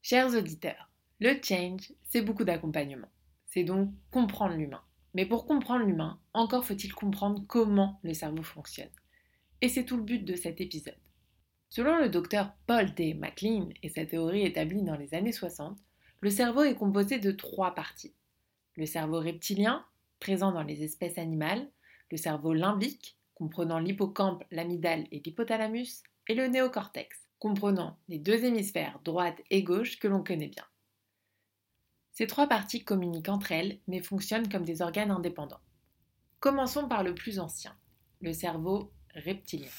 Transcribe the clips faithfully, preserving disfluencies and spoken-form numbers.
Chers auditeurs, le change, c'est beaucoup d'accompagnement. C'est donc comprendre l'humain. Mais pour comprendre l'humain, encore faut-il comprendre comment le cerveau fonctionne. Et c'est tout le but de cet épisode. Selon le docteur Paul T. MacLean et sa théorie établie dans les années soixante, le cerveau est composé de trois parties. Le cerveau reptilien, présent dans les espèces animales, le cerveau limbique, comprenant l'hippocampe, l'amygdale et l'hypothalamus, et le néocortex, comprenant les deux hémisphères droite et gauche que l'on connaît bien. Ces trois parties communiquent entre elles, mais fonctionnent comme des organes indépendants. Commençons par le plus ancien, le cerveau reptilien.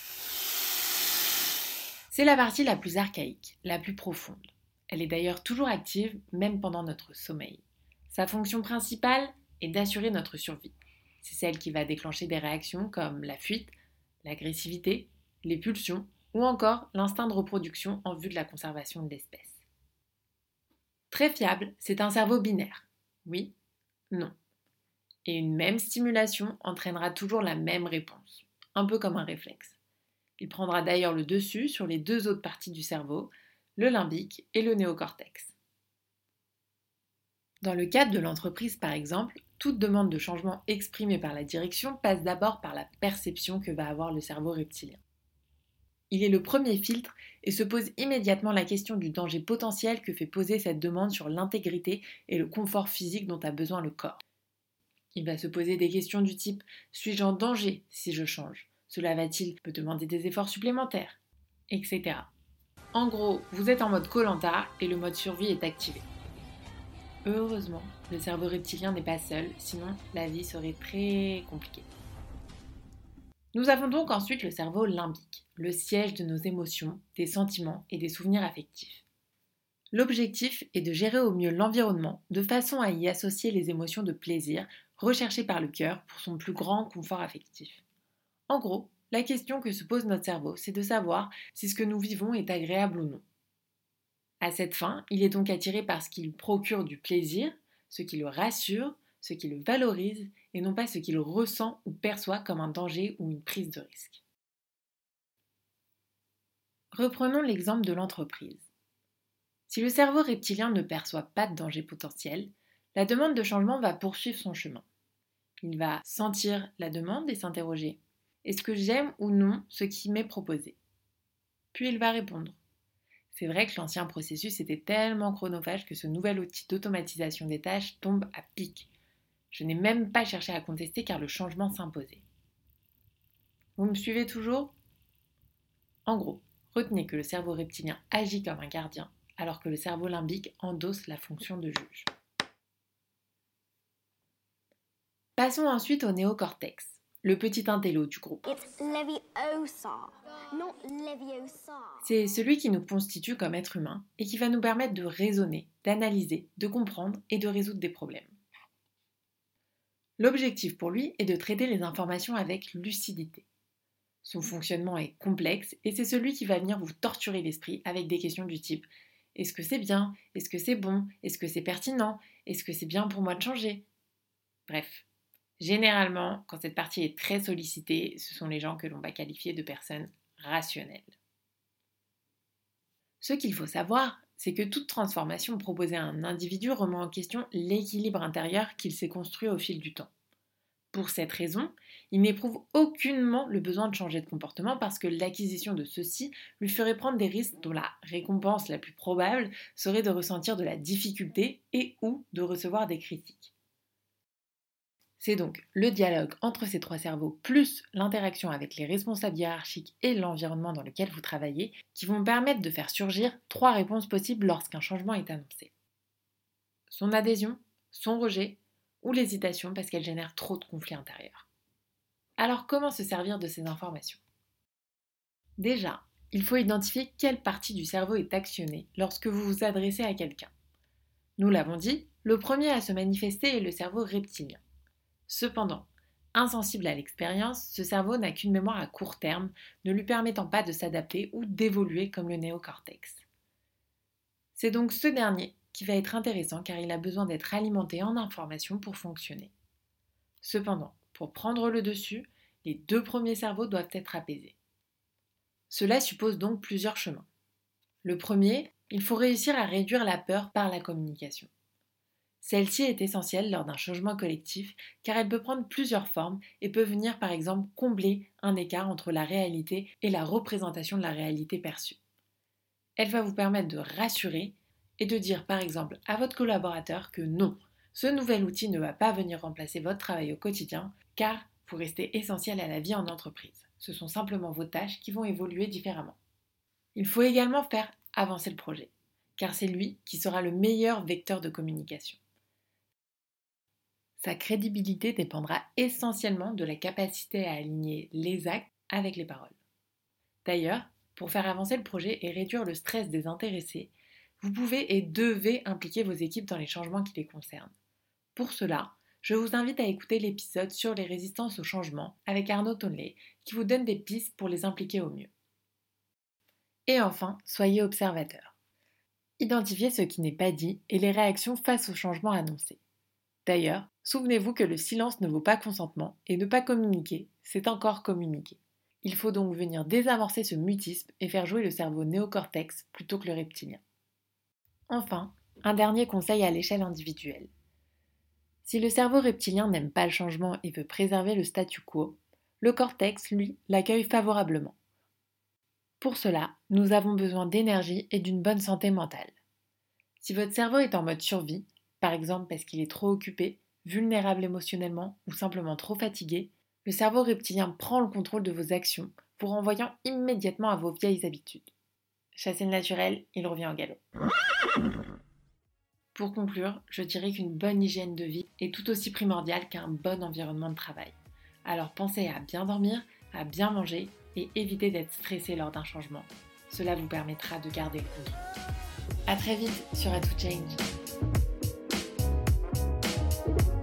C'est la partie la plus archaïque, la plus profonde. Elle est d'ailleurs toujours active, même pendant notre sommeil. Sa fonction principale est d'assurer notre survie. C'est celle qui va déclencher des réactions comme la fuite, l'agressivité, les pulsions ou encore l'instinct de reproduction en vue de la conservation de l'espèce. Très fiable, c'est un cerveau binaire. Oui, non. Et une même stimulation entraînera toujours la même réponse, un peu comme un réflexe. Il prendra d'ailleurs le dessus sur les deux autres parties du cerveau, le limbique et le néocortex. Dans le cadre de l'entreprise par exemple, toute demande de changement exprimée par la direction passe d'abord par la perception que va avoir le cerveau reptilien. Il est le premier filtre et se pose immédiatement la question du danger potentiel que fait poser cette demande sur l'intégrité et le confort physique dont a besoin le corps. Il va se poser des questions du type « suis-je en danger si je change ? Cela va-t-il me demander des efforts supplémentaires ?» et cetera. En gros, vous êtes en mode koh-lanta et le mode survie est activé. Heureusement, le cerveau reptilien n'est pas seul, sinon la vie serait très compliquée. Nous avons donc ensuite le cerveau limbique, le siège de nos émotions, des sentiments et des souvenirs affectifs. L'objectif est de gérer au mieux l'environnement de façon à y associer les émotions de plaisir recherchées par le cœur pour son plus grand confort affectif. En gros, la question que se pose notre cerveau, c'est de savoir si ce que nous vivons est agréable ou non. À cette fin, il est donc attiré par ce qui lui procure du plaisir, ce qui le rassure, ce qui le valorise et non pas ce qu'il ressent ou perçoit comme un danger ou une prise de risque. Reprenons l'exemple de l'entreprise. Si le cerveau reptilien ne perçoit pas de danger potentiel, la demande de changement va poursuivre son chemin. Il va sentir la demande et s'interroger « Est-ce que j'aime ou non ce qui m'est proposé ?» Puis il va répondre. C'est vrai que l'ancien processus était tellement chronophage que ce nouvel outil d'automatisation des tâches tombe à pic. Je n'ai même pas cherché à contester car le changement s'imposait. Vous me suivez toujours ? En gros, retenez que le cerveau reptilien agit comme un gardien, alors que le cerveau limbique endosse la fonction de juge. Passons ensuite au néocortex, le petit intello du groupe. It's Leviosa, not Leviosa. C'est celui qui nous constitue comme être humain et qui va nous permettre de raisonner, d'analyser, de comprendre et de résoudre des problèmes. L'objectif pour lui est de traiter les informations avec lucidité. Son fonctionnement est complexe et c'est celui qui va venir vous torturer l'esprit avec des questions du type « Est-ce que c'est bien ? Est-ce que c'est bon ? Est-ce que c'est pertinent ? Est-ce que c'est bien pour moi de changer ?» Bref, généralement, quand cette partie est très sollicitée, ce sont les gens que l'on va qualifier de personnes rationnelles. Ce qu'il faut savoir, c'est que toute transformation proposée à un individu remet en question l'équilibre intérieur qu'il s'est construit au fil du temps. Pour cette raison, il n'éprouve aucunement le besoin de changer de comportement parce que l'acquisition de ceci lui ferait prendre des risques dont la récompense la plus probable serait de ressentir de la difficulté et ou de recevoir des critiques. C'est donc le dialogue entre ces trois cerveaux plus l'interaction avec les responsables hiérarchiques et l'environnement dans lequel vous travaillez qui vont permettre de faire surgir trois réponses possibles lorsqu'un changement est annoncé. Son adhésion, son rejet ou l'hésitation parce qu'elle génère trop de conflits intérieurs. Alors comment se servir de ces informations ? Déjà, il faut identifier quelle partie du cerveau est actionnée lorsque vous vous adressez à quelqu'un. Nous l'avons dit, le premier à se manifester est le cerveau reptilien. Cependant, insensible à l'expérience, ce cerveau n'a qu'une mémoire à court terme, ne lui permettant pas de s'adapter ou d'évoluer comme le néocortex. C'est donc ce dernier qui va être intéressant car il a besoin d'être alimenté en informations pour fonctionner. Cependant, pour prendre le dessus, les deux premiers cerveaux doivent être apaisés. Cela suppose donc plusieurs chemins. Le premier Il faut réussir à réduire la peur par la communication. Celle-ci est essentielle lors d'un changement collectif car elle peut prendre plusieurs formes et peut venir par exemple combler un écart entre la réalité et la représentation de la réalité perçue. Elle va vous permettre de rassurer et de dire par exemple à votre collaborateur que non, ce nouvel outil ne va pas venir remplacer votre travail au quotidien car vous restez essentiel à la vie en entreprise. Ce sont simplement vos tâches qui vont évoluer différemment. Il faut également faire avancer le projet car c'est lui qui sera le meilleur vecteur de communication. Sa crédibilité dépendra essentiellement de la capacité à aligner les actes avec les paroles. D'ailleurs, pour faire avancer le projet et réduire le stress des intéressés, vous pouvez et devez impliquer vos équipes dans les changements qui les concernent. Pour cela, je vous invite à écouter l'épisode sur les résistances au changement avec Arnaud Tonley qui vous donne des pistes pour les impliquer au mieux. Et enfin, soyez observateur. Identifiez ce qui n'est pas dit et les réactions face aux changements annoncés. D'ailleurs, souvenez-vous que le silence ne vaut pas consentement et ne pas communiquer, c'est encore communiquer. Il faut donc venir désamorcer ce mutisme et faire jouer le cerveau néocortex plutôt que le reptilien. Enfin, un dernier conseil à l'échelle individuelle. Si le cerveau reptilien n'aime pas le changement et veut préserver le statu quo, le cortex, lui, l'accueille favorablement. Pour cela, nous avons besoin d'énergie et d'une bonne santé mentale. Si votre cerveau est en mode survie, par exemple parce qu'il est trop occupé, vulnérable émotionnellement ou simplement trop fatigué, le cerveau reptilien prend le contrôle de vos actions, vous renvoyant immédiatement à vos vieilles habitudes. Chasser le naturel, il revient au galop. Pour conclure, je dirais qu'une bonne hygiène de vie est tout aussi primordiale qu'un bon environnement de travail. Alors pensez à bien dormir, à bien manger et évitez d'être stressé lors d'un changement. Cela vous permettra de garder le contrôle. A très vite sur A to Change.